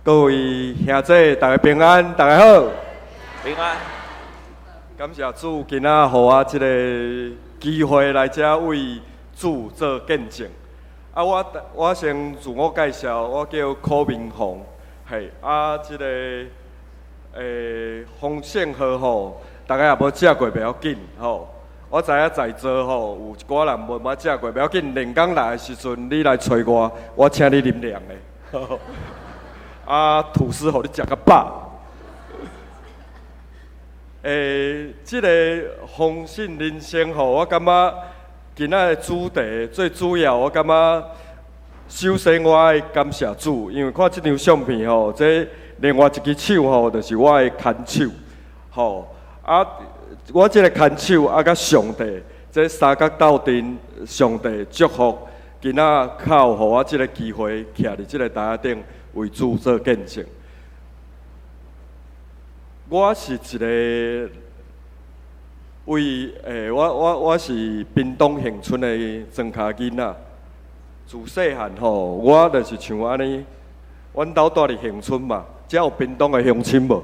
各位兄弟，大家平安，大家好。 平安。 感谢主，今仔予我这个机会来这为主做见证。我先自我介绍，我叫柯明宏，嘿，这个风险号吼，大家也无食过不要紧吼。我知影在座吼有一寡人无捌食过，不要紧。连港来的时阵，你来找我，我请你啉凉的。吐司互你食较饱。这个丰盛人生吼，我感觉今仔的主题最主要，我感觉首先我爱感谢主，因为看这张相片吼，这另外一只手吼，就是我的牵手，吼我这个牵手甲上帝，这三角斗阵，上帝祝福，今仔靠互我这个机会，徛伫这个台顶为主做见证。我是一个我是屏东恒春的庄脚囡仔。自细汉吼，我就是像安尼，阮兜住伫恒春嘛，遮有屏东的乡亲无？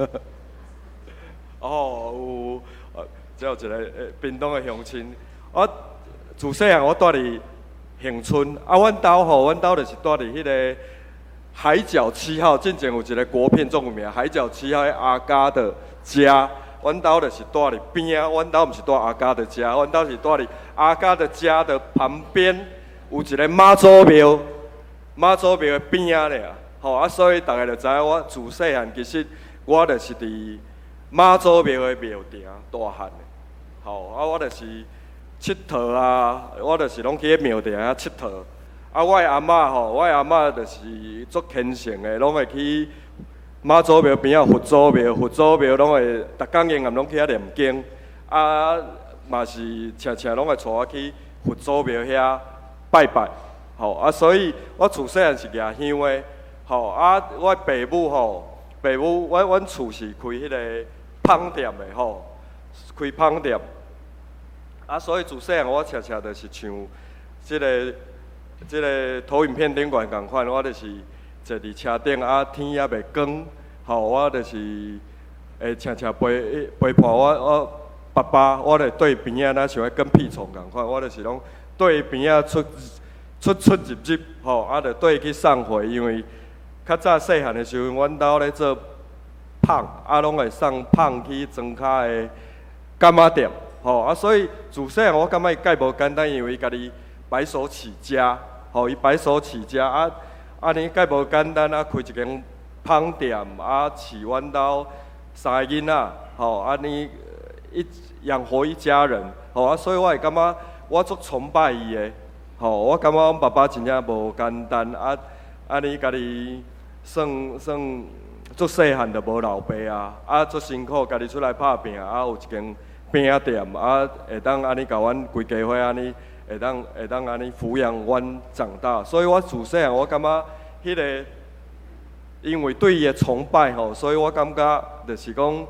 有，遮有一个屏东的乡亲。我自细汉我住伫恒春，阮兜就是住伫迄个海角7号，之前有一个国片中有名，海角7号阿嘎的家。阮兜就是住伫边啊，阮兜毋是住阿嘎的家，阮兜是住伫阿嘎的家的旁边，有一个妈祖庙，妈祖庙的边啊咧，所以大家就知影我自细汉其实我就是伫妈祖庙的庙埕大汉的，我就是佚佗啊，我就是拢去庙埕遐佚佗。我的阿嬷就是足虔诚的，拢会去妈祖庙边仔佛祖庙拢会逐工闲暗拢去遐念经，嘛是常拢会带我去佛祖庙遐拜拜，所以我自细汉是举香的，我爸母阮厝是开迄个芳店的开芳店，所以自细汉我常就是像这个投影片顶悬共款，我就是坐伫车顶，天也袂光，我就是常陪伴我爸爸，我咧对边仔，像咧跟屁虫共款，我就是拢对边仔出入，就对去送货，因为较早细汉的时候，阮兜咧做芳，拢会送芳去庄脚的干妈店，所以自细汉我感觉伊介无简单，因为伊家己白手起家，伊白手起家，安尼介无简单，开一间芳店，饲阮兜3个囡仔，安尼养活一家人，所以我会感觉我足崇拜伊的，我感觉阮爸爸真正无简单，安尼家己算足细汉就无老爸足辛苦，家己出来拍拼，有一间饼仔店，会当安尼甲阮规家伙安尼。会当安尼抚养阮长大，所以我自细汉我感觉迄个，因为对伊的崇拜所以我感觉就是讲，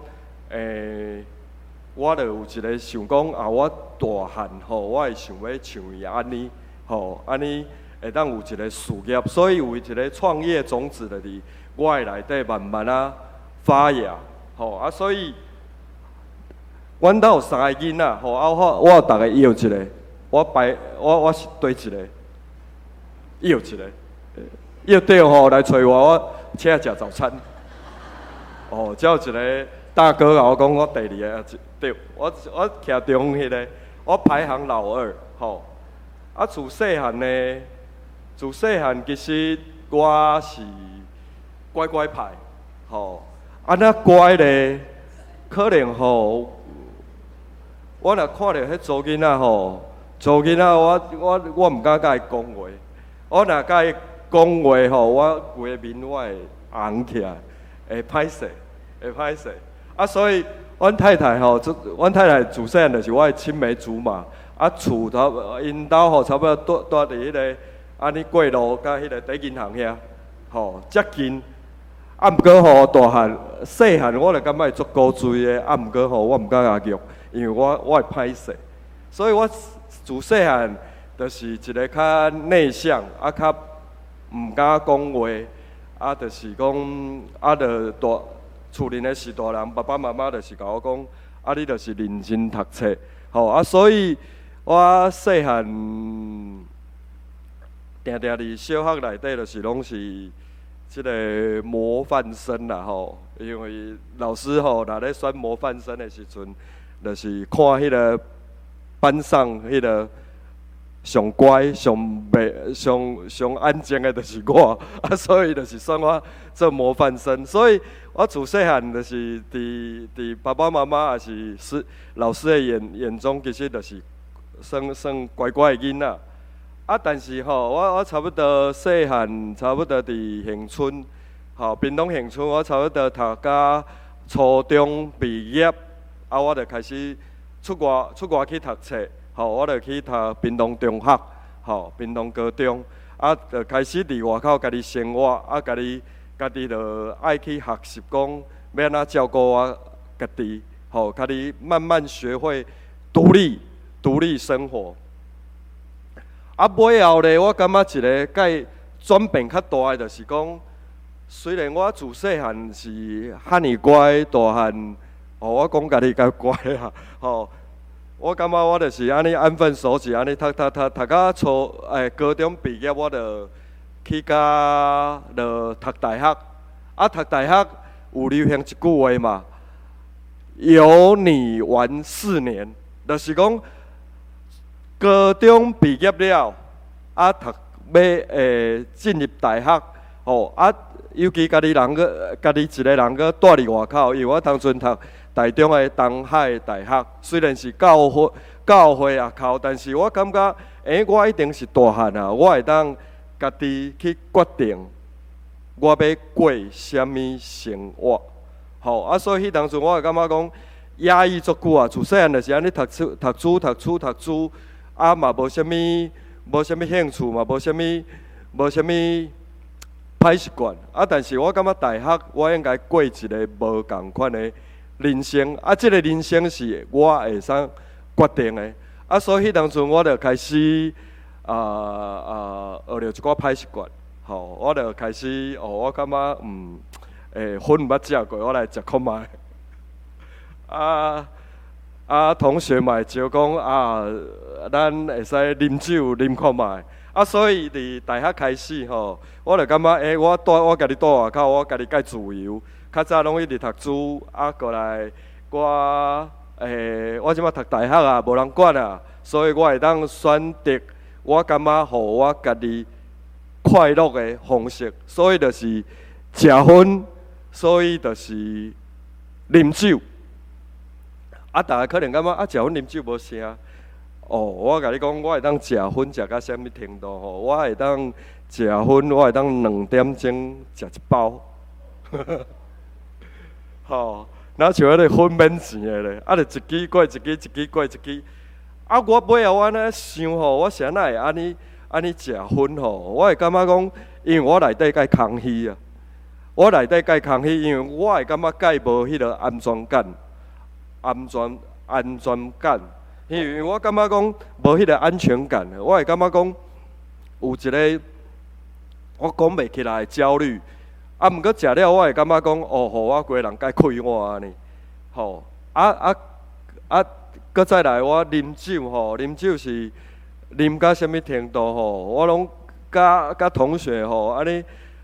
我就有一个想讲我大汉我会想要像伊安尼，安尼会当有一个事业，所以有一个创业种子就伫我的内底慢慢发芽，所以，阮兜有3个囡仔，我有逐个要一个。我是对一个，要一个，要对来找我请食早餐。才有一个大哥甲我讲，我第2个对，我徛中迄个，我排行老2，自细汉其实我是乖乖牌，安那乖咧，可能我若看到迄组囡仔做囡仔，我毋敢甲伊讲话。我若甲伊讲话我规个面我会红起来，会歹势。所以阮太太自细汉就是我的青梅竹马。厝因兜差不多住伫迄个安尼过路，甲迄个第银行遐，遮近。毋过大汉细汉我就感觉伊足古锥的，毋过我毋敢甲伊约，因为我会歹势，所以我。自细汉就是一个较内向，较毋敢讲话， 就是讲大厝里的是大人，爸爸妈妈就是甲我讲，你就是认真读册，所以我细汉定伫小学内底，就是拢是即个模范生啦因为老师若咧选模范生的时阵，就是看迄个班上迄个上乖、上安静的，就是我所以就是选我做模范生。所以我自细汉就是伫爸爸妈妈也是老师的眼中，其实就是算乖乖的囡仔。但是我差不多细汉，差不多伫恒春，屏东恒春，我差不多读到初中毕业，我就开始出外去读册。我就去读屏东中学，屏东高中，就开始伫外口家己生活，家己就爱去学习讲要安怎照顾我家己，家己慢慢学会独立生活。尾后咧，我感觉一个改转变较大的，就是讲，虽然我自细汉是遐尼乖，大汉，我讲家己较乖啊，我感觉我就是安尼安分守己，安尼读到高中毕业，我就去就读大学。读大学有流行一句话嘛，有你玩4年，就是讲高中毕业了，读要进入大学，尤其家己一个人个住伫外口，因为我当阵读台中的东海大学，虽然是教会也考，但是我感觉，我一定是大汉啊，我会当家己去决定我要过什么生活。所以迄当阵我会感觉讲压抑足久啊，自细汉就是安尼读书，嘛无啥物兴趣，嘛无啥物歹习惯。但是我感觉大学我应该过一个无共款的人生，这个人生是我会使决定的。所以迄当阵我就开始学着一寡歹习惯，我就开始我感觉粉毋捌食过，我来食看觅。同学嘛会招讲咱会使啉酒啉看觅。所以伫大学开始我就感觉我家己住外口，我家己介自由。较早拢一直读书，过来我即摆读大学啊，无人管啊，所以我会当选择我感觉互我家己快乐的方式。所以就是食薰，所以就是啉酒。大家可能感觉食薰啉酒无啥。我甲你讲，我会当食薰食到什么程度我会当食薰，我会当2点钟食一包。那像迄个粉免钱的咧，就一支过一支，一支过一支。我尾后我安尼想我是安那会安尼食薰我会感觉讲，因为我内底介空虚啊，因为我会感觉介无迄个安全感，因为我感觉讲无迄个安全感，我会感觉讲有一个我讲袂起来的焦虑。毋过食了，我会感觉讲，互我规个人介快活安尼。搁再来我啉酒啉酒是啉到什么程度我拢甲同学安尼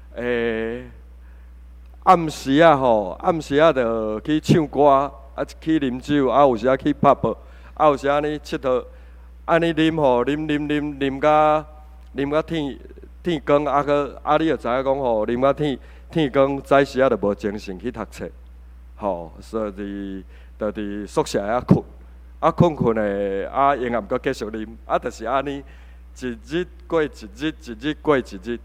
暗时啊就去唱歌，去啉酒，有时去pub，有时安尼佚佗，安尼啉啉到天光，你就知影讲啉到天光早时就无精神去读册，所以就伫宿舍遐困，困的，闲暗阁继续啉，就是安尼，一日过一日，一日过一日，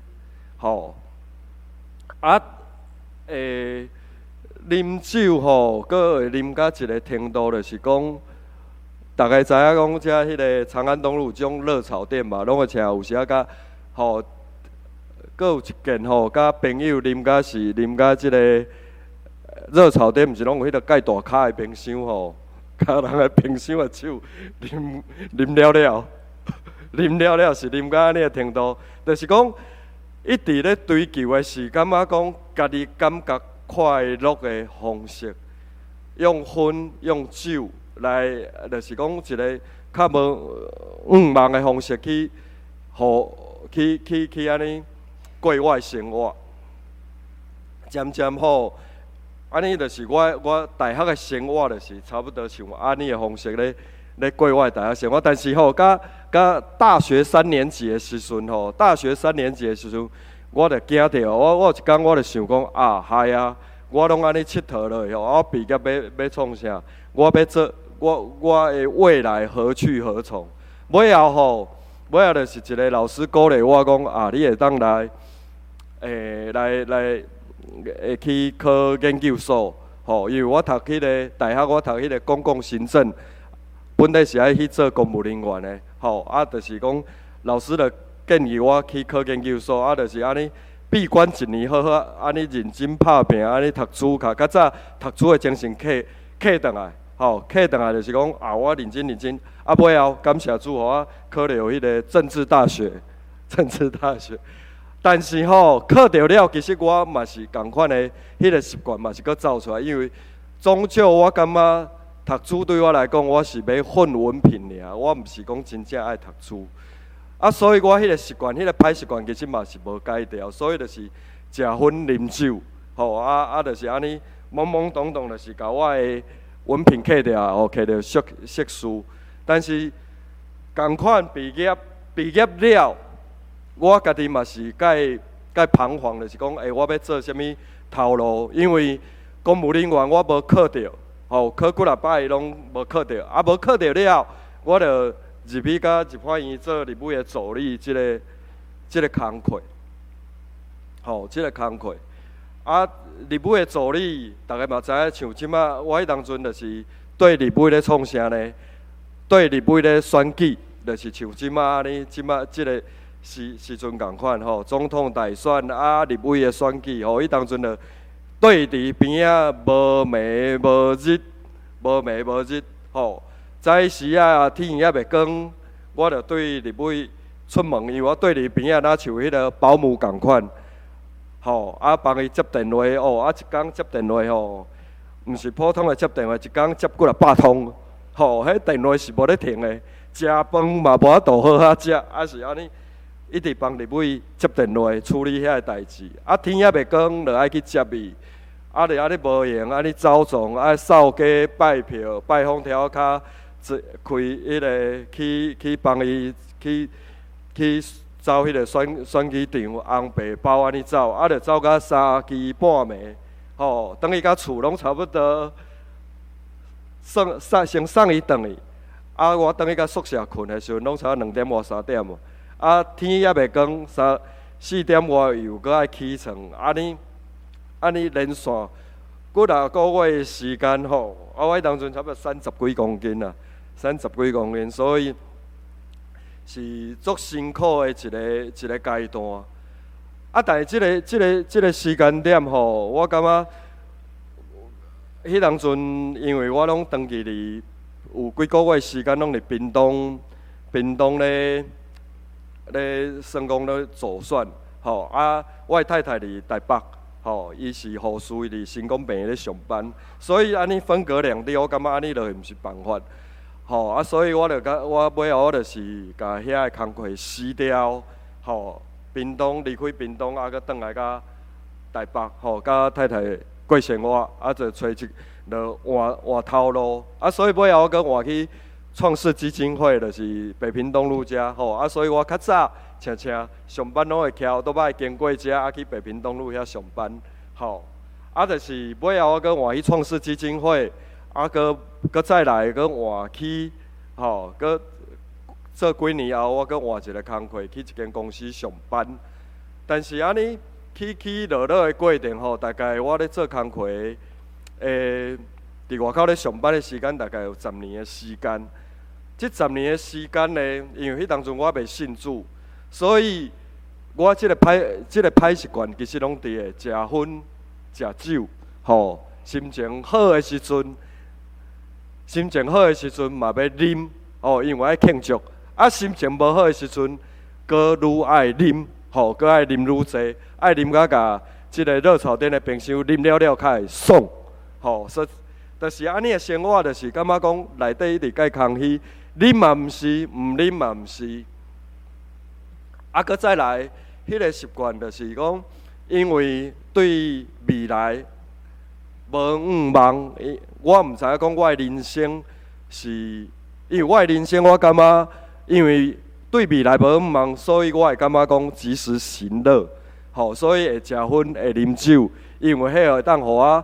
啉酒阁会啉到一个程度，就是讲，大概知影讲，遮迄个长安东路种热炒店嘛，拢会请有时甲阁有一件甲朋友啉甲即个热炒店，毋是拢有迄个介大卡的冰箱甲人的冰箱的酒啉了，是啉到安尼的程度，就是讲一直咧追求的是感觉讲家己感觉快乐的方式，用薰用酒来，就是讲一个较无忙的方式去，去安尼过我的生活，渐渐好。安尼就是我大学的生活，就是差不多像安尼的方式咧过我的大学生活。但是吼，甲大学3年级的时阵吼，大学3年级的时阵，我就惊着我有一天我就想讲啊，嗨啊，我拢安尼佚佗落去吼，我毕业要创啥？我要做我的未来何去何从？尾后就是一个老师鼓励我讲啊，你会当来会去考研究所，吼，因为我读迄个大学，我读迄个公共行政，本来是爱去做公务人员的，吼，啊，就是讲老师就建议我去考研究所，啊，就是安尼闭关1年，好好安尼认真拍拼，安尼读书，较早读书的精神刻倒来，吼，刻倒来就是讲啊，我认真，啊，尾后感谢主，互我考了迄个政治大学。但是吼，考着了，其实我嘛是共款的，迄个习惯嘛是搁走出来。因为终究我感觉读书对我来讲，我是要混文凭尔，我毋是讲真正爱读书。啊，所以我迄个习惯，迄个歹习惯，其实嘛是无改掉。所以就是食薰啉酒，吼就是安尼懵懵懂懂，就是甲我的文凭摕掉，吼摕着硕士。但是共款毕业了。我家己嘛是介彷徨，就是讲，我要做啥物头路？因为公务人员我无考着，吼，考几啊摆拢无考着，啊无考着了，我就入去甲立法院做立委的助理，即个工课，吼，即个工课。啊，立委的助理，大家嘛知影，像即马我迄当阵就是对立委咧创啥呢？对立委咧选举，就是像即马即个。时阵共款吼，总统大选啊，立委的选举吼，伊当阵就对伫边仔无暝无日吼。早时啊，天也袂光，我就对立委出门，因为我对伫边仔若像迄个保姆共款，吼啊帮伊接电话哦，啊一工接电话吼，毋是普通的接电话，一工接几啊100通，吼，迄电话是无咧停的，食饭嘛无法度好好食，啊是安尼。一直帮立委接电话处理遐个代志，啊天也袂光，就爱去接伊，啊就安尼无闲，安尼走总，啊扫街拜票，拜访条卡，开迄个去帮伊去走迄个选举场，红白包安尼走，啊就走到3更半暝，吼，等伊到厝拢差不多先送伊转去，啊我等伊到宿舍困的时阵，拢差2点外3点。啊，天也袂光，4点外又搁爱起床，安尼连续几啊个月的时间吼，我迄当阵差不多30几公斤啊，30几公斤，所以是足辛苦的一个阶段。啊，但是这个时间点吼，我感觉迄当阵，因为我拢长期伫有几个月时间拢伫屏东咧成功咧做选，吼啊，我的太太伫台北，吼，伊是护士，伫成功病院咧上班，所以安尼分隔两地，我感觉安尼落去毋是办法，吼啊，所以我尾后我就是甲遐个工课辞掉，吼，离开屏东，啊，佮转来甲台北，吼，甲太太过生活，啊，就找就换头路，啊，所以尾后我佮换去。创世基金会就是北平东路遮，吼啊，所以我较早常上班拢会徛倒摆经过遮，啊去北平东路遐上班，吼啊，就是尾后我搁换去创世基金会，啊，搁再来搁换去，吼，搁做几年后，我搁换一个工课去一间公司上班，但是安尼起落落的过程吼，大概我咧做工课，伫外口咧上班的时间大概有10年的时间。这10年的时间呢，因为迄当阵我未信主，所以我这个歹习惯其实拢伫个食薰、食酒，吼，心情好的时阵嘛要啉，哦，因为爱庆祝。啊，心情无好的时阵，搁愈爱啉， 吼，佮爱啉愈济，爱啉甲即个热炒店的冰箱啉了了较会爽，吼，所以就是安尼的生活，就是感觉讲内底一直介空虚，啉嘛毋是，毋啉嘛毋是。啊，佮再来，迄个习惯就是讲，因为对未来无望，我毋知影讲我的人生是，因为我的人生我感觉，因为对未来无望，所以我会感觉讲及时行乐，吼，所以会食薰会啉酒，因为迄会当互我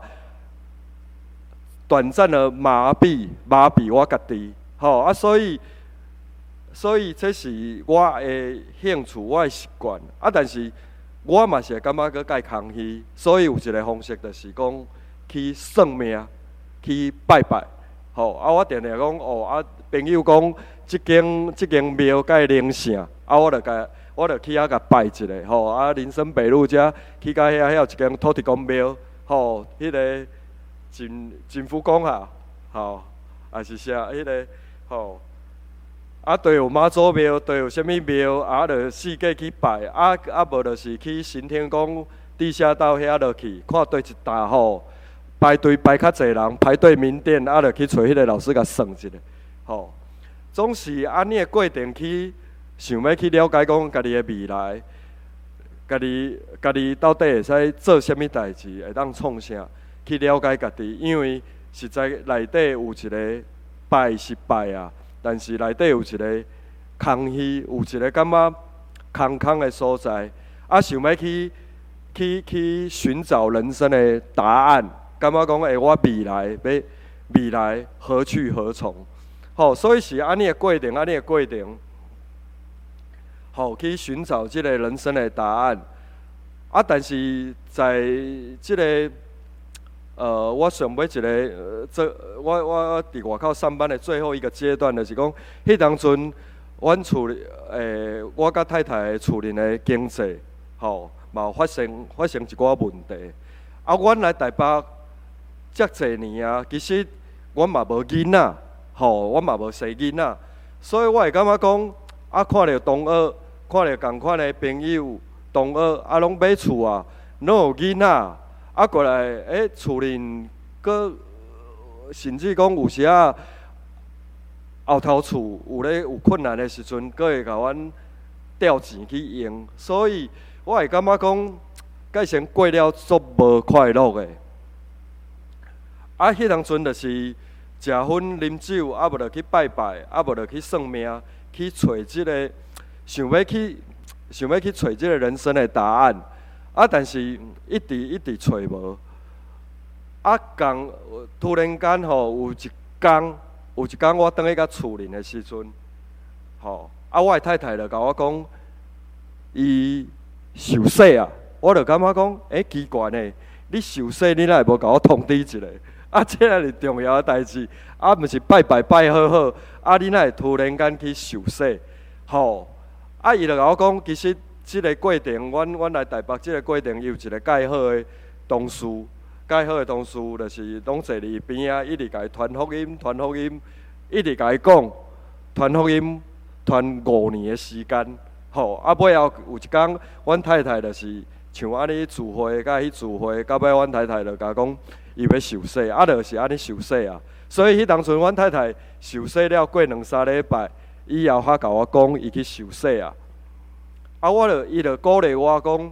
短暂的麻痹我家己，吼啊，所以这是我的兴趣，我的习惯啊，但是我嘛是会感觉佮介空虚，所以有一个方式就是讲去算命，去拜拜，吼啊，我定定讲哦啊，朋友讲即间庙介灵性，啊，我就去遐甲拜一下，吼啊，林森北路遮去到遐有一间土地公庙，吼，迄个金福宫啊，吼，也是啥迄个，吼，啊，都有妈祖庙，都有啥物庙，啊，就四界去拜，啊，无就是去新天宫地下道遐落去，看对一大吼，排队排较侪人，排队名店，啊，就去找迄个老师甲算一下，吼，总是安尼的过程去想要去了解讲家己的未来，家己到底会使做啥物代志，会当创啥？去了解家己，因为实在内底有一个拜是拜啊，但是内底有一个空虚，有一个感觉空的所在，啊，想要去寻找人生的答案，感觉讲我未来何去何从？吼，所以是安尼的过程，吼，去寻找即个人生的答案。啊，但是在即个我想要一个我伫外口上班的最后一个阶段，就是讲，迄当阵，阮厝我甲太太的厝里的经济，吼，嘛有发生一寡问题。啊，阮来台北遮侪年啊，其实阮嘛无囡仔，吼，阮嘛无生囡仔，所以我会感觉讲，啊，看到同学，看到共款的朋友、同学，啊，拢买厝啊，拢有囡仔。啊，过来，厝里搁甚至讲有时啊，后头厝有困难的时阵，搁会甲阮调钱去用，所以我会感觉讲，介先过了足无快乐的。啊，迄当阵就是食薰啉酒，啊无就去拜拜，啊无就去算命，去找即个想要去找即个人生的答案。啊！但是一直找无，啊，突然间吼，有一天我倒去甲厝里的时阵，吼，啊，我的太太就甲我讲，伊受洗啊，我就感觉讲，奇怪呢，你受洗，你哪会无甲我通知一下？啊，这才是重要的代志，啊，毋是拜好，啊，你哪会突然间去受洗？吼，啊，伊就甲我讲，其实。即个过程，阮来台北，即个过程有一个介好的同事，就是拢坐伫伊边仔，一直甲伊传福音，一直甲伊讲传福音，传5年的时间，吼，啊尾后有一天，阮太太就是像安尼聚会，甲去聚会，到尾阮太太就甲讲，伊要受洗，啊，就是安尼受洗啊。所以迄当阵，阮太太受洗了，过2-3礼拜，以后还甲我讲，伊去受洗啊。啊，伊就鼓励我讲，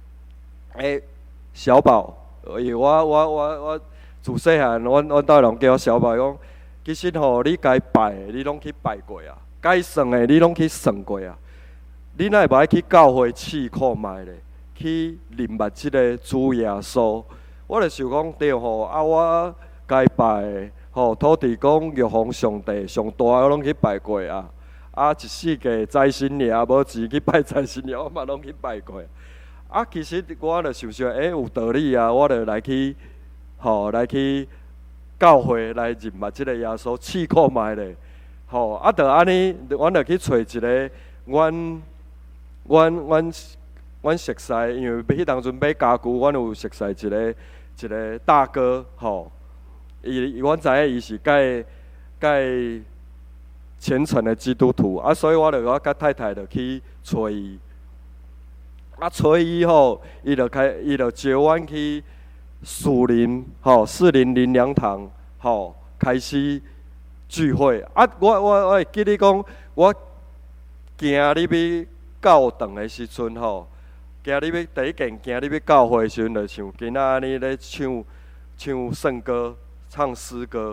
小宝，因为我自细汉，阮家人叫我小宝，讲其实吼，你该拜的，你拢去拜过啊；该算的，你拢去算过啊。你哪会无爱去教会试看卖咧？去认捌即个主耶稣。我就想讲对吼，啊，我该拜的吼，土地公、玉皇上帝上大，我拢去拜过啊。啊，一世纪财神爷无钱去拜财神爷，我嘛拢去拜过。啊，其实我就想想，有道理啊，我就来去教会来认捌即个耶稣，试看卖咧。吼，啊，就安尼，阮就去找一个阮熟悉，因为迄当阵买家具，阮有熟悉一个大哥，吼，阮知影伊是介虔诚的基督徒啊，所以我甲太太就去找伊， 初一吼，伊就招阮去士林灵粮堂开始聚会。我会记你讲，我行入去教堂的时阵行入去第一件行入去教会的时阵，就像今仔安尼咧唱圣歌、唱诗歌，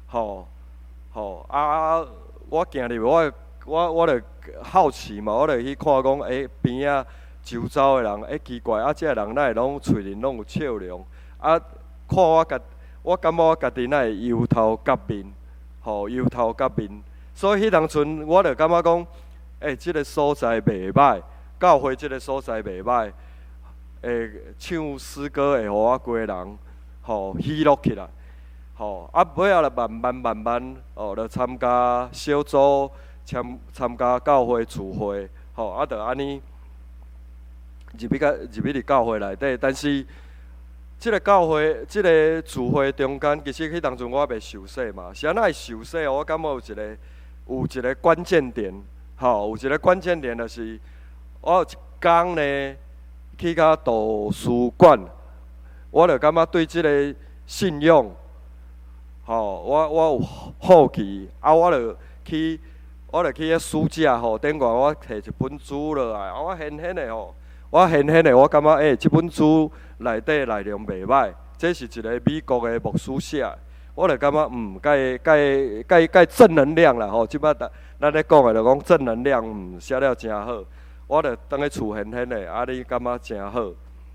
我行入去，我就好奇嘛，我就去看讲，边仔周遭的人，奇怪，这个人哪会拢嘴里拢有笑容？看我感觉我家己哪会忧头甲面，忧头甲面。所以迄当阵，我就感觉讲，这个所在袂歹，教会这个所在袂歹，唱诗歌会互我规个人，喜乐起来。尾仔就慢慢，就参加小组，参加教会聚会，就安尼入去伫教会内底。但是，即个教会，即个聚会中间，其实迄当阵我还袂受洗嘛。是安怎会受洗？我感觉有一个关键点，有一个关键点就是我有一天呢去到图书馆，我就感觉对即个信仰。我有好奇，我就去迄书架顶外我摕一本书落来，我显的，我感觉这本书内底内容袂歹，这是一个美国的牧师写的，我就感觉介正能量啦即摆咱咧讲的就讲正能量，写了真好，我就当去厝显的，你感觉真好。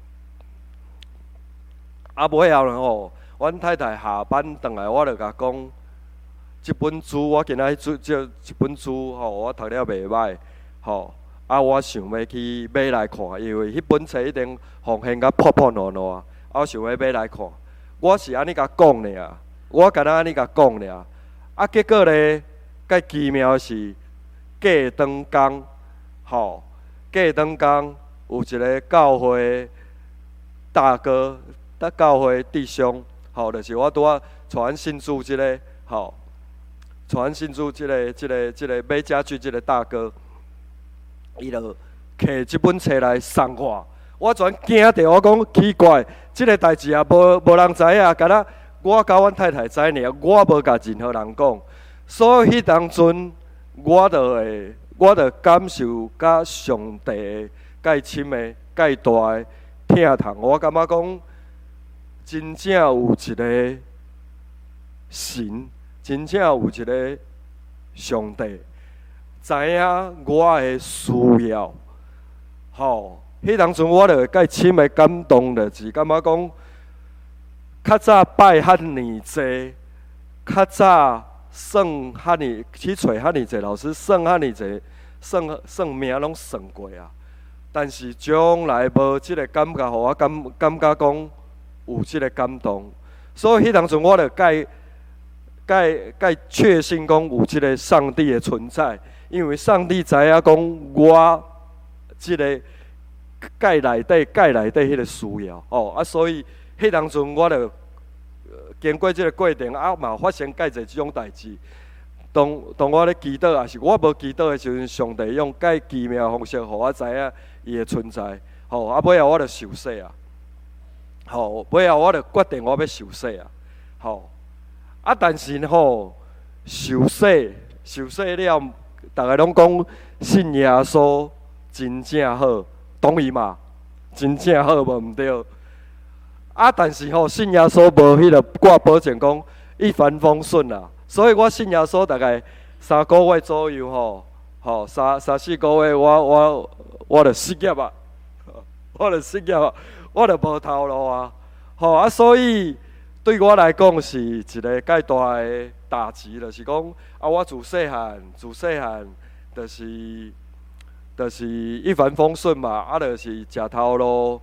尾后呢阮太太下班回来，我就甲讲，即本书我今仔这本书我读了袂歹，我想要去买来看，因为迄本册一定奉献甲破破烂烂，我想要买来看。我是安尼甲讲尔，我敢若安尼甲讲尔，结果呢，介奇妙是过当工，过当工有一个教会大哥，教会弟兄。就是我拄仔传信主即个，传信主即个买家具即个大哥，伊就摕即本册来送我全惊着，我讲奇怪，即个代志也无人知影，敢若我甲阮太太知尔，我无甲任何人讲，所以迄当阵我就感受甲上帝介深的、介大的疼痛，我感觉讲。真正有一个神，真正有一个上帝，知影我的需要。迄当阵我就介深的感动，就是感觉讲，较早拜遐尼济，较早算遐尼去找遐尼济老师，算遐尼济，算命拢算过啊。但是将来无即个感觉，互我感觉讲。有即个感动，所以迄当阵我就介确信讲有即个上帝的存在，因为上帝知影讲我即个介内底迄个需要所以迄当阵我就经过即个过程嘛发生介济即种代志。当我咧祈祷，也是我无祈祷的时阵，上帝用介奇妙的方式，互我知影伊的存在。尾后我就受洗啊。尾后我就决定我要受洗啊！但是受洗了，大家拢讲信耶稣真正好，同意嘛？真正好无毋对？但是信耶稣无迄个挂保证讲一帆风顺啦，所以我信耶稣大概3个月左右3、4个月我就失业啊，我就无头路啊，所以对我来讲是一个介大的打击，就是讲我自细汉，就是一帆风顺嘛，就是食头路，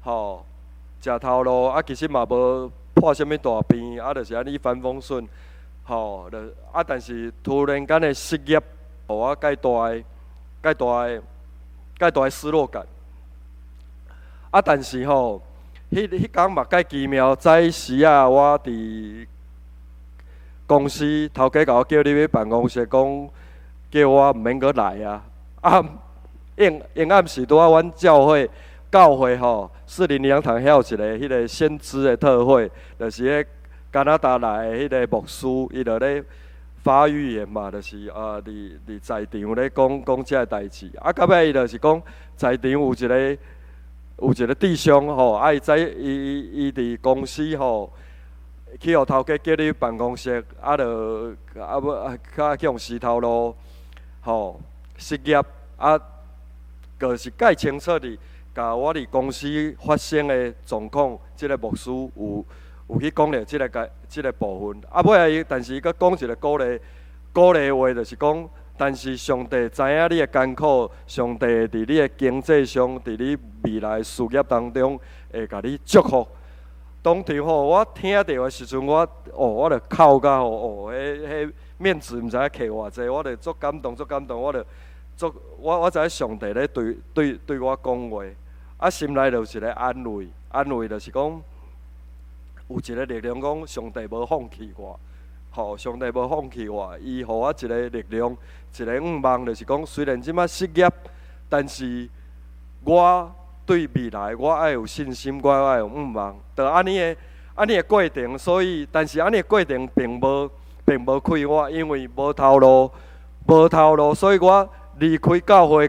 其实嘛无破啥物大病，就是安尼一帆风顺，但是突然间的失业，互我介大的失落感。但是迄天嘛介奇妙，早时我伫公司头家甲我叫入去办公室，讲叫我毋免阁来啊。阴暗时拄仔阮教会教会吼，士林灵堂遐有一个迄个先知的特会，就是迄加拿大来的迄个牧师，伊就咧发预言嘛，就是伫在场咧讲遮个代志。啊，到尾伊就是讲，在场有一个弟兄吼，啊伊伫公司吼，去互头家叫你办公室，啊就较去用石头路吼失业，啊，就是介清楚哩。甲我伫公司发生的状况，即个牧师有去讲了即个部分。啊，尾仔但是伊阁讲一个鼓励话，就是讲，但是上帝知影你的艰苦，上帝伫你的经济上，伫你未来事业当中会甲你祝福。当场吼，我听到的时阵，我就哭甲迄面子毋知影摕偌济，我就足感动，我知影上帝咧对我讲话。啊，心内就有一个安慰就是讲，有一个力量讲上帝无放弃我，吼，上帝无放弃我，伊互我一个力量，一个愿望，就是讲虽然即摆失业，但是我对未来我爱有信心，我爱有愿望，就安尼的过程，所以但是安尼的过程并无快我，因为无头路，所以我离开教会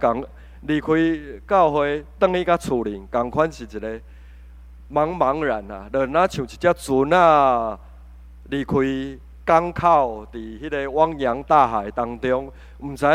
转去甲厝里，共款是一个茫然啊，就若像一只船啊，离开港口，伫迄个汪洋大海当中，毋知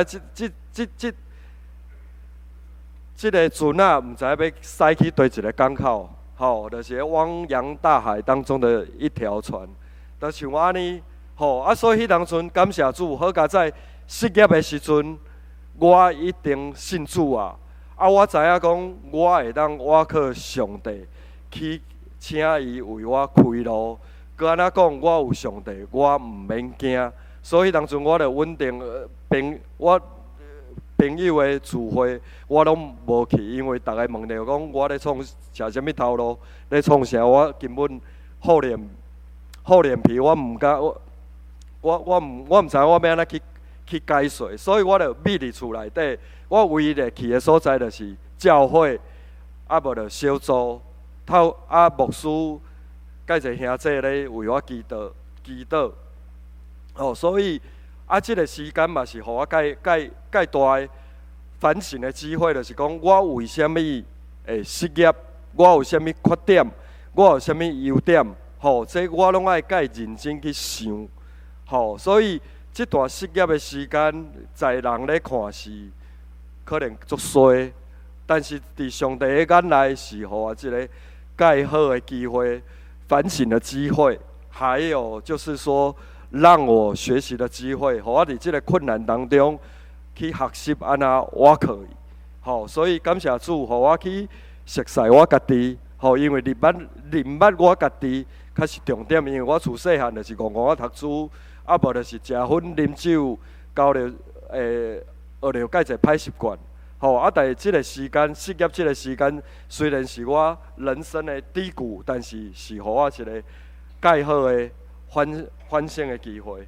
即个船啊，毋知要驶去叨一个港口，吼，就是汪洋大海当中的一条船，就像安尼，吼啊，所以迄当阵感谢主，好佳在失业的时阵。我一定信主啊！啊，我知影讲，我会当我靠上帝去请伊为我开路。佮安怎讲，我有上帝，我毋免惊。所以当阵我著稳定，我朋友的聚会我拢无去，因为逐个问着讲我咧创食啥物头路，咧创啥，我根本厚脸皮，我毋敢，我毋知我要安怎去解说，所以我就秘伫厝内底。我唯一会去的所在就是教会，啊无就小组，牧师介一兄弟咧为我祈祷。哦，所以即个时间嘛是互我介大的反省的机会，就是讲我为虾米会失业，我有虾米缺点，我有虾米优点，这我拢爱介认真去想。所以。这段失业的时间，在人咧看是可能足衰，但是伫上帝的眼内是互我一个介好的机会、反省的机会，还有就是说让我学习的机会，互我伫这个困难当中去学习安那我可以。所以感谢主，互我去熟悉我家己。因为认捌我家己，较是重点，因为我自细汉就是戆戆读书。啊，无就是食薰、啉酒，交了学了介侪歹习惯。但是即个时间，失业即个时间，虽然是我人生的低谷，但是是互我一个介好的反省的机会。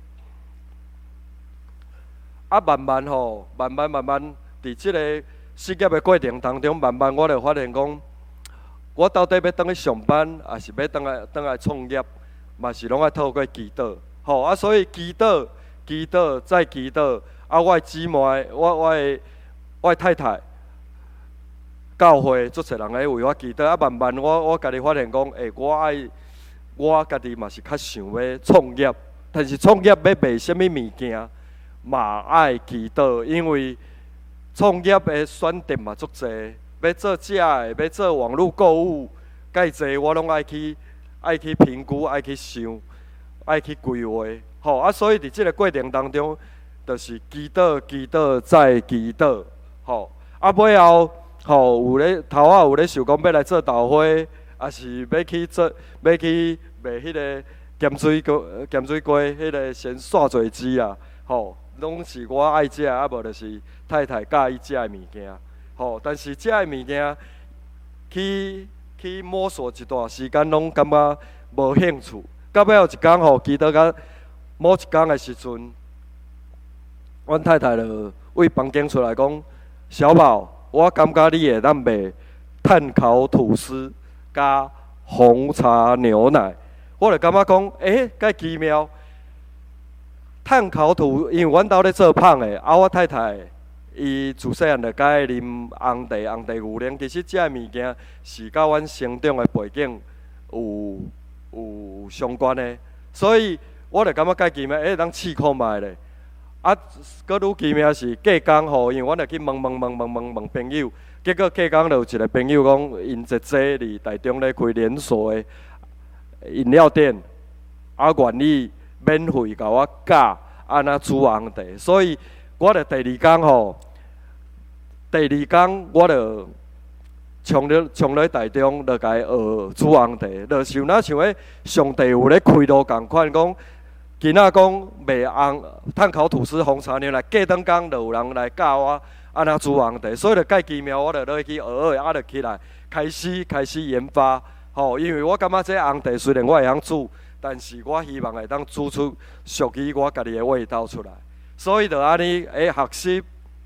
慢慢，伫即个失业的过程当中，慢慢我就发现讲，我到底要转去上班，还是要转来创业，嘛是拢爱透过祈祷。所以祈祷再祈祷。我的姊妹，我的太太，教会足侪人咧为我祈祷。慢慢我家己发现讲，我家己嘛是较想要创业，但是创业要卖什么物件，嘛爱祈祷，因为创业的选择嘛足侪，要做假的，要做网络购物，介侪我拢爱去评估，爱去想。爱去规划，所以伫即个过程当中，就是祈祷再祈祷，尾后，有咧头仔有咧想讲要来做豆花，还是要去卖迄个咸水鸡，迄个先刷嘴鸡啊，拢是我爱食，无就是太太介意食的物件，但是食的物件去摸索一段时间，拢感觉无兴趣。到尾有一天祈祷到某一天的时阵，阮太太就为房间出来讲：“小宝，我感觉你会当卖碳烤吐司加红茶牛奶，我就感觉讲，介奇妙。碳烤因为阮兜咧做芳的，我太太伊自细汉就介啉红茶牛奶，其实这物件是甲阮成长的背景有相关的，所以我就感觉介奇妙，当试看觅咧。搁愈奇妙是隔工吼，因为阮就去问朋友，结果隔工就有一个朋友讲，因姐姐伫台中咧开连锁的饮料店，愿意免费甲我教安怎煮红茶，所以我就第二工我就冲咧台中，就甲伊学煮红茶，就像咧上帝有咧开路共款讲。今仔讲卖碳烤吐司、红茶牛奶，隔顿工就有人来教我安怎煮红茶，所以就介奇妙，我就落去学，就起来开始研发。因为我感觉这红茶虽然我会晓煮，但是我希望会当煮出属于我家己的味道出来，所以就安尼学习，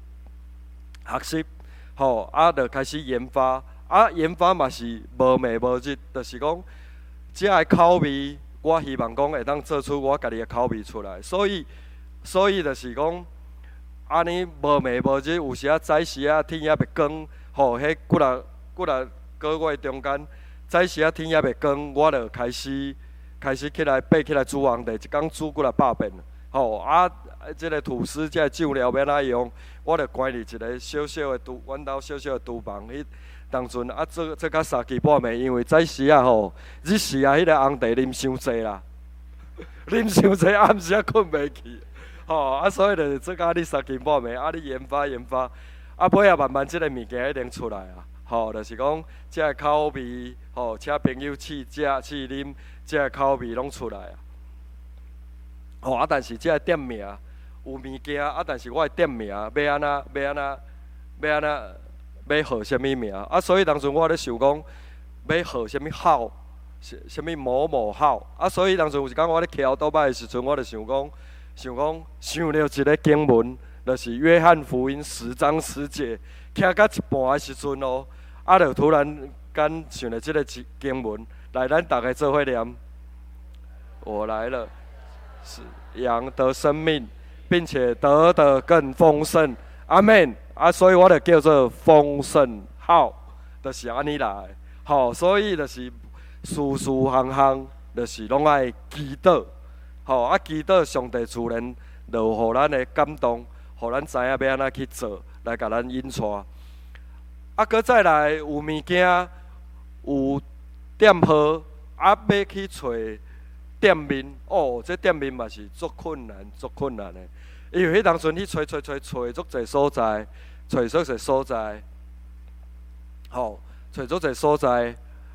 就开始研发，研发嘛是无暝无日，就是讲这个口味。我希望讲会当做出我家己的口味出来，所以就是讲，安尼无暝无日，有时早时天也袂光，迄几若个月中间，早时天也袂光，我就开始起来爬起来煮红茶，一工煮几若100遍。即个吐司，即个酱料要哪用，我就关伫一个小小的阮兜小小的厨房当阵做到3更半暝，因为早时日时迄个红茶啉伤济啦，啉伤济暗时困袂去，所以就做到3更半暝，你研发，尾慢慢即个物件一定出来啊，就是讲即个口味，请朋友试食试啉，即个口味拢出来啊，但是即个店名有物件但是我的店名要安怎？要号什么名所以当初我咧想讲，要号什么号，什么某某号所以当初有一天我咧骑后倒摆的时阵，我就想到一个经文，就是约翰福音10章10节，骑到一半的时阵就突然间想到这个经文，来咱大家做伙念。我来了，是羊得生命，并且得的更丰盛。阿门。所以我就叫做丰盛号，就是安尼来。所以就是事项项，就是拢爱祈祷。祈祷上帝自然就互咱的感动，互咱知影要安怎去做，来甲咱引带。搁再来有物件，有店号，要去找店面。这店面嘛是足困难的，因为迄当阵去找足侪所在。找足侪所在，找足侪所在，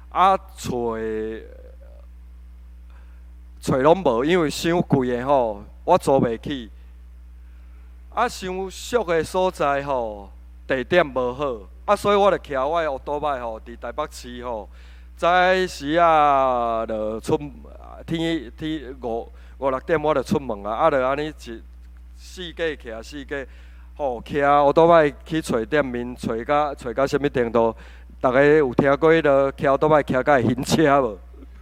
找拢无，因为伤贵的我租袂起。伤俗的所在地点无好，所以我就骑我的乌多摆伫台北市早时就出天5-6点我就出门就安尼4架骑4架。骑乌多摆去找店面，找到什么程度？大家有听过迄个骑乌多摆骑到会晕车无？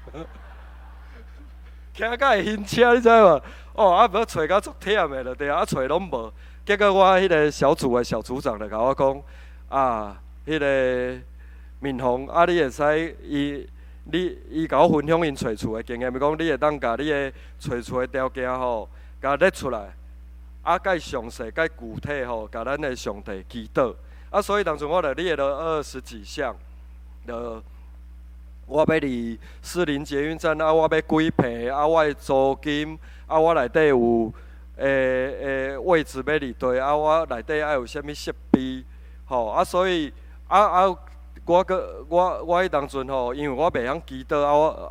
骑到会晕车，你知无？无找到足忝的了，对找拢无。结果我迄个小组的小组长就甲我讲，迄个民宏你会使伊甲我分享因找厝的经验，讲你会当甲你的找厝的条件甲列出来。介详细、介具体甲咱的上帝祈祷。所以当初我就列了20几项，我要离士林捷运站我要几坪我的租金我内底有位置要伫地我内底爱有啥物设备所以我迄当阵因为我袂晓祈祷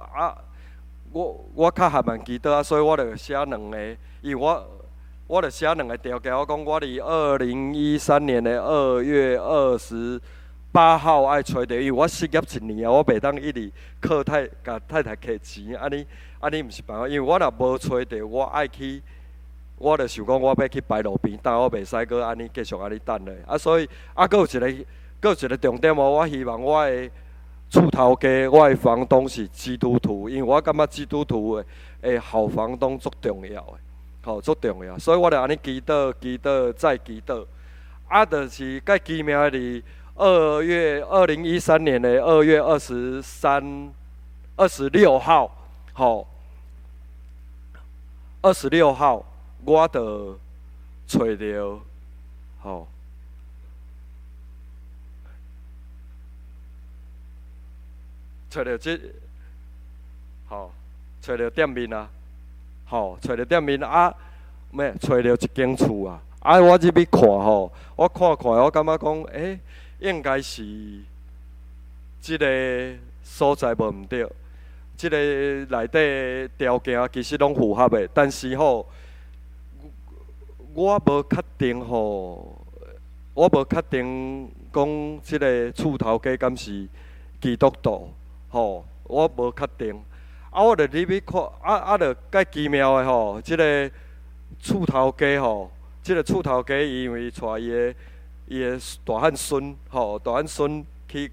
我较含慢祈祷所以我就写2个，因为我就写2个条件，我讲我伫2013年的2月28号爱找到，因为我失业1年我袂当一直甲太太摕钱，安尼毋是办法，因为我若无找到，我就想讲我要去摆路边，但我袂使搁安尼继续安尼等咧。所以搁有一个有一个重点哦，我希望我的厝头家，我的房东是基督徒，因为我感觉基督徒的好房东足重要的，吼足重要，所以我就安尼祈祷、祈祷再祈祷。啊，就是甲奇妙伫2013年的2月26号，吼，26号，我就找着，吼，找着吼，找着店面啊，吼，找着店面啊，找着一间厝啊。啊！我入去看吼，我看，我感觉讲，应该是即个所在无毋对，即个内底条件其实拢符合的，但是吼，我无确定吼，我无确定讲即个厝头家敢是基督徒，吼，我无确定。啊，我着入去看，着介奇妙的吼，即个厝头家吼。即个厝头家因为带伊的大汉孙，吼，大汉孙去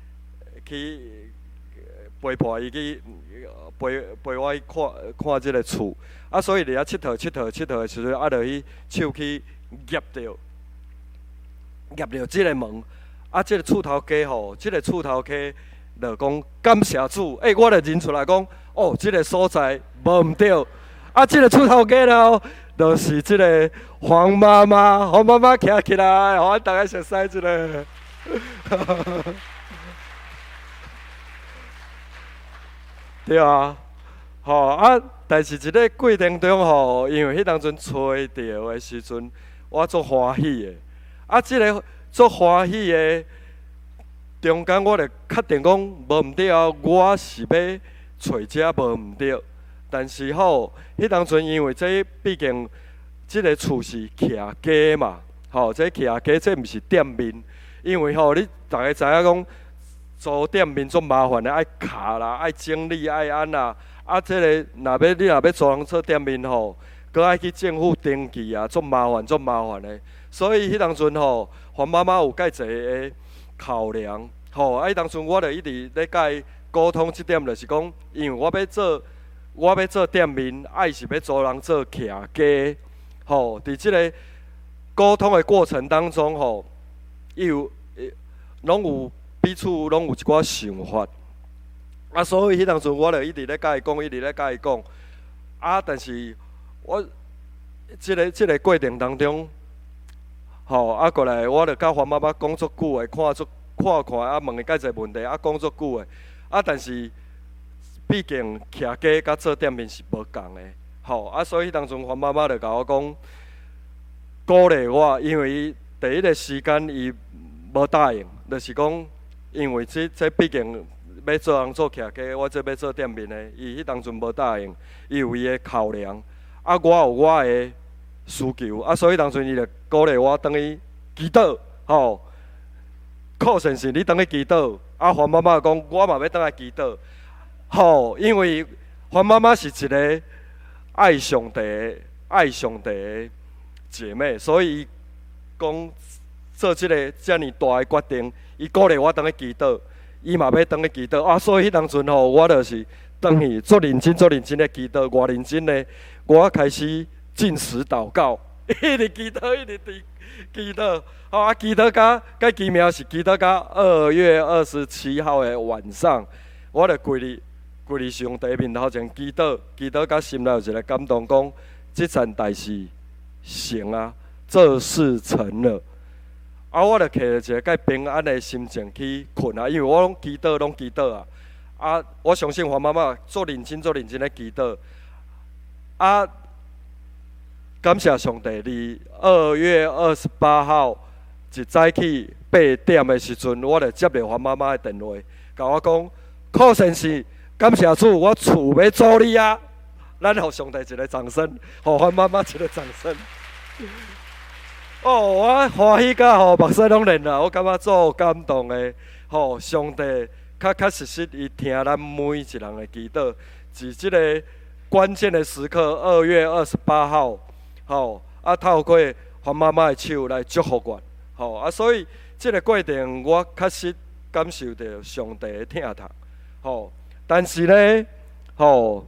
陪伴伊去陪我去看即个厝，啊，所以伫遐佚佗的时阵，啊，着去手去夹着即个门，啊，即个厝头家吼，即个厝头家着讲感谢主，我着认出来讲，哦，即个所在无毋对，啊，即个厝头家了。就是即个黄妈妈徛起来，互阮大家熟悉一下。对啊，吼啊！但是一个过程中吼，因为迄当阵找着的时阵，我足欢喜的。啊，即个足欢喜的中间，我着确定讲无毋对啊，我是要找遮无毋对。但是吼，迄当阵因为这毕竟即个厝是徛家嘛，吼，这徛家这毋是店面，因为吼你大家知影讲租店面足麻烦的，爱卡啦，爱整理，爱安啦，啊，这个你若要租人做店面吼，搁爱去政府登记啊，足麻烦的。所以迄当阵吼，黄妈妈有介济个考量，吼，啊，迄当阵我着一直咧甲伊沟通即点，就是讲，因为我要做店面，爱是要租人做徛家，吼，伫即个沟通的过程当中，吼，拢有彼此拢有一寡想法，啊，所以迄当阵我着一直咧甲伊讲，啊，但是我即个过程当中，吼，啊，过来我着甲黄妈妈讲足久的，看，啊，问伊介济问题，啊，讲足久的，啊，但是。毕竟徛家甲做店面是无共的，吼啊，所以当阵黄妈妈就甲我讲，鼓励我，因为伊第一个时间伊无答应，就是讲，因为这毕竟要做人做徛家，我这要做店面的，伊迄当阵无答应，伊有伊的考量，啊，我有我的需求，啊，所以当阵伊就鼓励我等于祈祷，吼，确实是你等去祈祷，啊，黄妈妈讲，我嘛要等来祈祷。吼，因为黄妈妈是一个爱上帝的姐妹，所以伊讲做即个遮尔大的决定，伊鼓励我当去祈祷，伊嘛要当去祈祷啊。所以迄当阵吼，我就是当去做认真的祈祷，偌认真的，我开始进食祷告，一直祈祷，祈祷。好啊，祈祷甲奇妙是祈祷甲2月27号的晚上，我就跪伫上帝面头前祈祷甲心内有一个感动，讲即件代志成啊，这事成了。啊，我就摕着一个介平安的心情去困啊，因为我拢祈祷啊。啊，我相信黄妈妈做认真的祈祷。啊，感谢上帝！伫2月28号一早起8点的时阵，我就接到黄妈妈的电话，甲我讲，柯先生。感谢主，我厝要租你啊！咱互上帝一个掌声，互阮妈妈一个掌声。哦，我欢喜甲吼目屎拢连啦，我感觉足感动的。吼，上帝确实伊听咱每一人的祈祷，在即个关键的时刻，2月28号，吼，啊透过黄妈妈的手来祝福我，吼啊，所以这个过程我确实感受到上帝的疼痛，吼。但是呢，吼，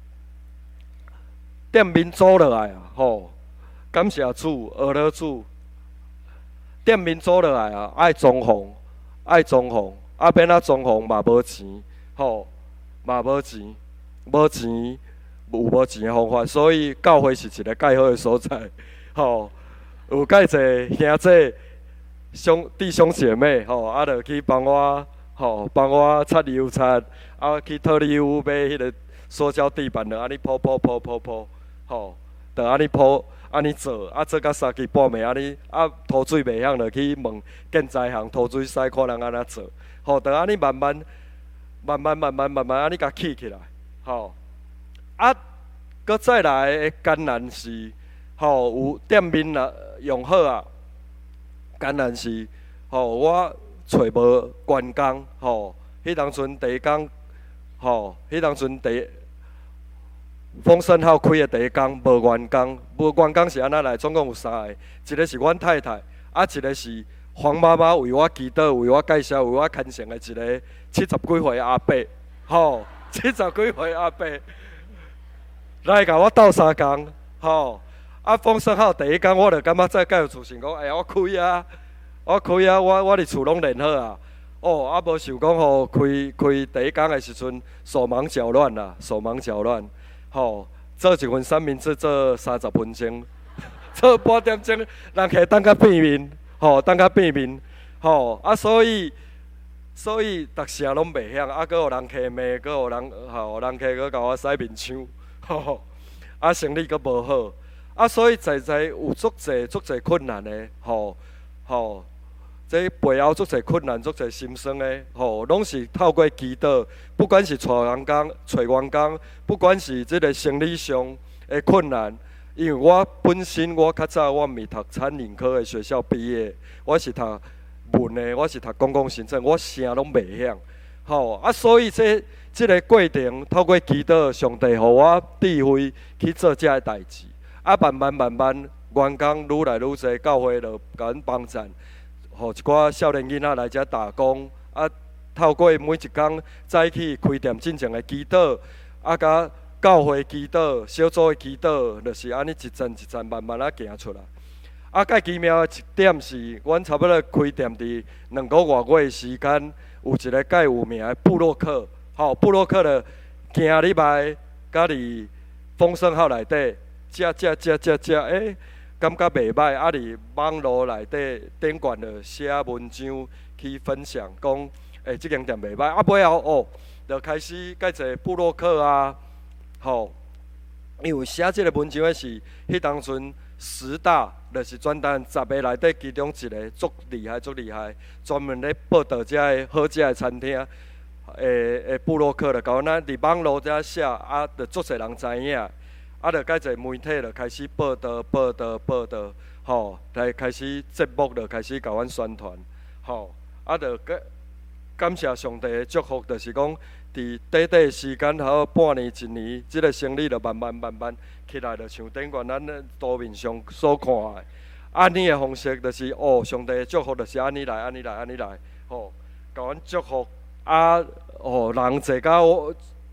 店面做落来啊，吼，感谢主，俄罗主，店面做落来啊，爱装潢，爱装潢，啊变啊装潢嘛无钱，吼，嘛无钱，无钱有无钱的方法，所以教会是一个介好的所在，吼，有介济兄弟弟兄姐妹，吼，啊，就去帮我，吼，帮我擦油擦，啊，去讨你有买迄个塑胶地板，就安尼铺，吼，就安尼铺，安尼做，啊，做到3更半暝，安尼，啊，吐水袂晓，就去问建材行吐水师看人安怎做，吼，就安尼慢慢安尼甲起来，吼，啊，搁再来的艰难是，吼，有店面啊用好啊，艰难是，吼，我找无员工，吼，迄当阵第一工，吼，迄当阵丰盛号开的第一工无员工，无员工是安怎来？总共有3个，一个是阮太太，啊，一个是黄妈妈为我祈祷、为我介绍、为我牵绳的一个70几岁阿伯，吼，70几岁阿伯来甲我斗3工，吼，啊，丰盛号第一工我就感觉再介有自信讲，哎呀，我开啊，我伫厝拢练好啊。哦，啊，无想讲吼，开第一工的时阵手忙脚乱啦，手忙脚乱。吼，做一份三明治做30分钟，做半点钟，人客等甲变面，吼，等甲变面，吼，啊，所以逐声拢袂晓，啊，搁有人客骂，搁有人客甲我使面枪，吼，啊，生理搁无好，啊，所以在有足侪困难的，吼。这背后足侪困难、足侪心酸的，吼，拢是透过祈祷，不管是找员工，不管是这个生理上的困难，因为我本身我较早我毋是读餐饮科的学校毕业，我是读文的，我是读公共行政，我啥拢袂晓，吼啊，所以这个过程透过祈祷，上帝予我智慧去做这个代志，啊，慢慢，员工愈来愈多，教会就甲阮帮衬。互一寡少年囡仔来遮打工，啊，透过每一工早起开店进前的祈祷，啊，甲教会祈祷、小组的祈祷，就是安尼一站慢慢行出来。啊，介奇妙的一点是，阮差不多开店伫2个多月的时间，有一个介有名的部落客，吼，部落客就行入来，甲伫丰盛号内底，食，感觉袂歹，啊！伫网络内底顶悬了写文章去分享，讲即间店袂歹。啊，尾后哦，就开始介济部落客啊，吼，因为写即个文章的是迄当阵10大，就是专单10个内底其中一个，足厉害，专门咧报道遮个好食的餐厅的部落客，就甲阮伫网络遮写，啊，就足侪人知影。啊，就介济媒体就开始报道，吼，来开始节目就开始甲阮宣传，吼，啊，就感谢上帝的祝福，就是讲伫短时间头半年、1年，即个生意就慢慢起来，就像顶悬咱图面上所看的，安尼的方式就是哦，上帝的祝福就是安尼来，吼，甲阮祝福，啊，哦，人坐到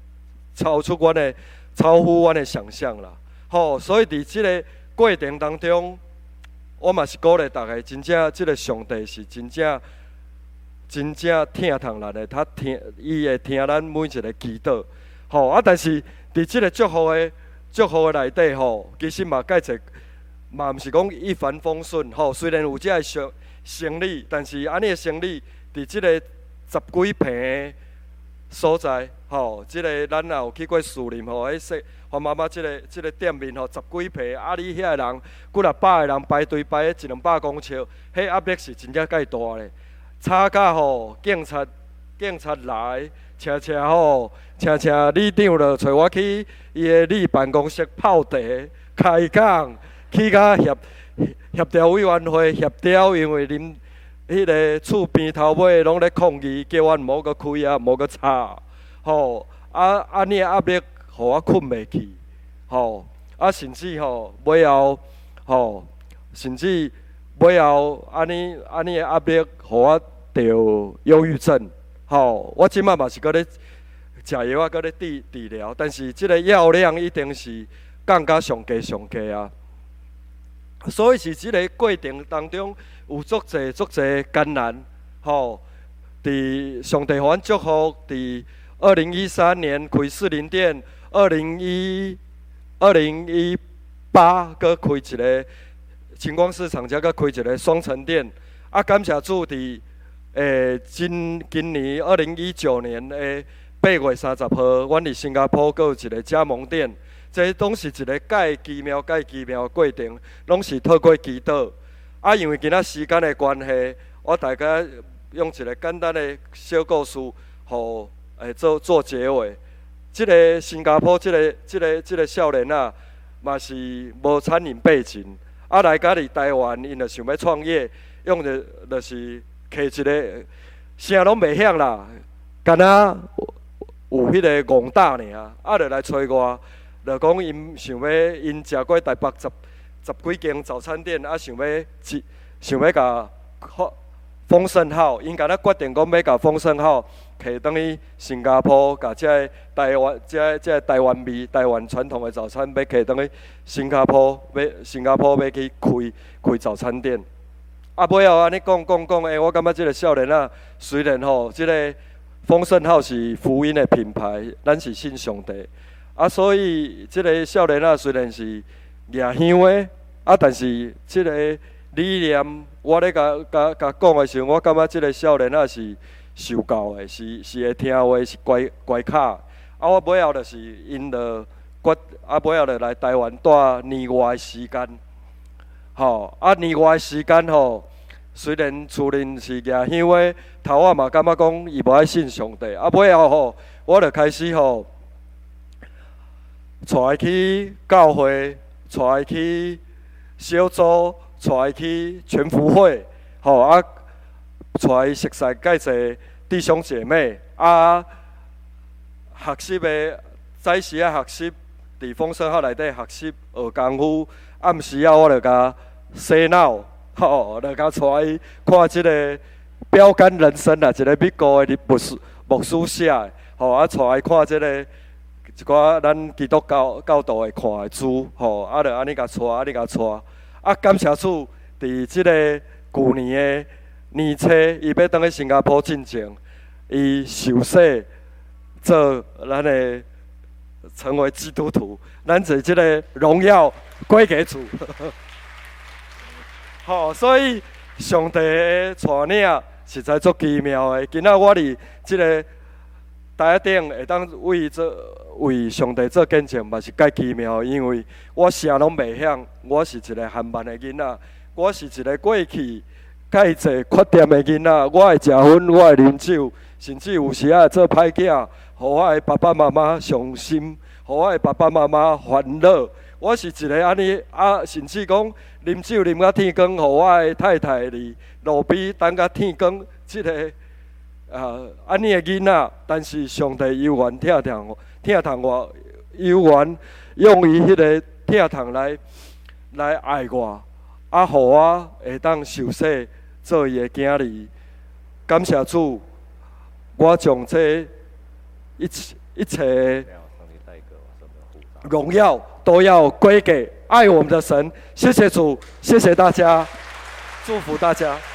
超乎阮的想象啦，吼，所以伫即个过程当中，我嘛是鼓励大家，真正即个上帝是真正疼痛咱的，伊会听咱每一个祈祷，吼啊！但是伫即个祝福的内底，吼，其实嘛介济，嘛毋是讲一帆风顺，吼。虽然有即个生理，但是安尼的生理，伫即个10几平的所在。吼，即个咱也有去过树林吼，迄说黄妈妈即个店面吼10几平，啊，你遐个人几若百个人排队排1、200公尺，迄压力是真正介大咧。吵甲吼，警察来，请里长就找我去伊个里办公室泡茶开讲，去甲协调委员会协调，因为恁迄个厝边头尾拢咧抗议，叫阮毋好阁开啊，毋好阁吵。吼，安尼压力，互我困袂去，吼，甚至吼尾后，吼，甚至尾后安尼的压力，互我得忧郁症。吼，我即摆嘛是搁咧食药啊，搁咧治疗，但是即个药量一定是降到上低啊。所以是即个过程当中有足侪艰难。吼，伫上帝互阮祝福，伫2013年开士林店，2018搁开一个晴光市场，遮搁开一个双城店。啊，感谢主伫今年2019年的8月30号，阮伫新加坡搁有一个加盟店。这拢是一个介奇妙的过程，拢是透过祈祷。啊，因为今仔时间的关系，我大概用一个简单的小故事，互做结尾。这个新加坡这个少年啊，嘛是无餐饮背景，啊来家伫台湾，因就想要创业，用的就是摕一个啥拢袂晓啦，干那有迄个戆大尔，啊就来找我。就讲因想要因食过台北十几间早餐店，啊想要甲丰盛号，因敢若决定讲要甲丰盛号摕倒去新加坡，甲这台湾台湾味、台湾传统的早餐要摕倒去新加坡要去开早餐店。啊，尾后安尼讲，我感觉这个少年啊，虽然吼，这个丰盛号是福音的品牌，咱是信上帝。啊，所以即个少年啊，虽然是nghề香的，啊，但是即个理念，我咧甲讲的时候，我感觉即个少年啊是受教的，是会听话，是乖卡。啊，我尾后就是因尾后就来台湾住年外的时间。吼，啊，年外的时间吼，虽然厝邻是nghề香的，头仔嘛感觉讲伊无爱信上帝。啊，尾后吼，我就开始吼。带伊去教会，带伊去小组，带伊去全福会，吼啊，带伊熟悉介济弟兄姐妹啊，学习的早时啊学习，伫丰盛号内底学习学功夫，暗时啊我就甲洗脑，吼，就甲带伊看即个标杆人生啊，一个美国的牧师写的，吼啊，带伊看即个。一寡咱基督教导会看的书，吼，啊，就安尼甲带，啊，感谢主，伫即个旧年的年初，伊要倒去新加坡进前，伊受洗做咱的成为基督徒，咱就即个荣耀归给主。吼，所以上帝的带领实在足奇妙的。今仔我伫即个台顶会当为上帝做见证，嘛是介奇妙。因为我啥拢袂晓，我是一个含慢的囡仔，我是一个过去介济缺点的囡仔。我会食薰，我会啉酒，甚至有时啊做歹囝，互我的爸爸妈妈伤心，互我的爸爸妈妈烦恼。我是一个安尼啊，甚至讲啉酒啉到天光，互我的太太伫路边等到天光，即个。安尼的囡仔，但是上帝犹原疼痛我，犹原用伊迄个疼痛来爱我，啊，互我会当受洗做伊的囝儿。感谢主，我将这一切荣耀都要归给爱我们的神。谢谢主，谢谢大家，祝福大家。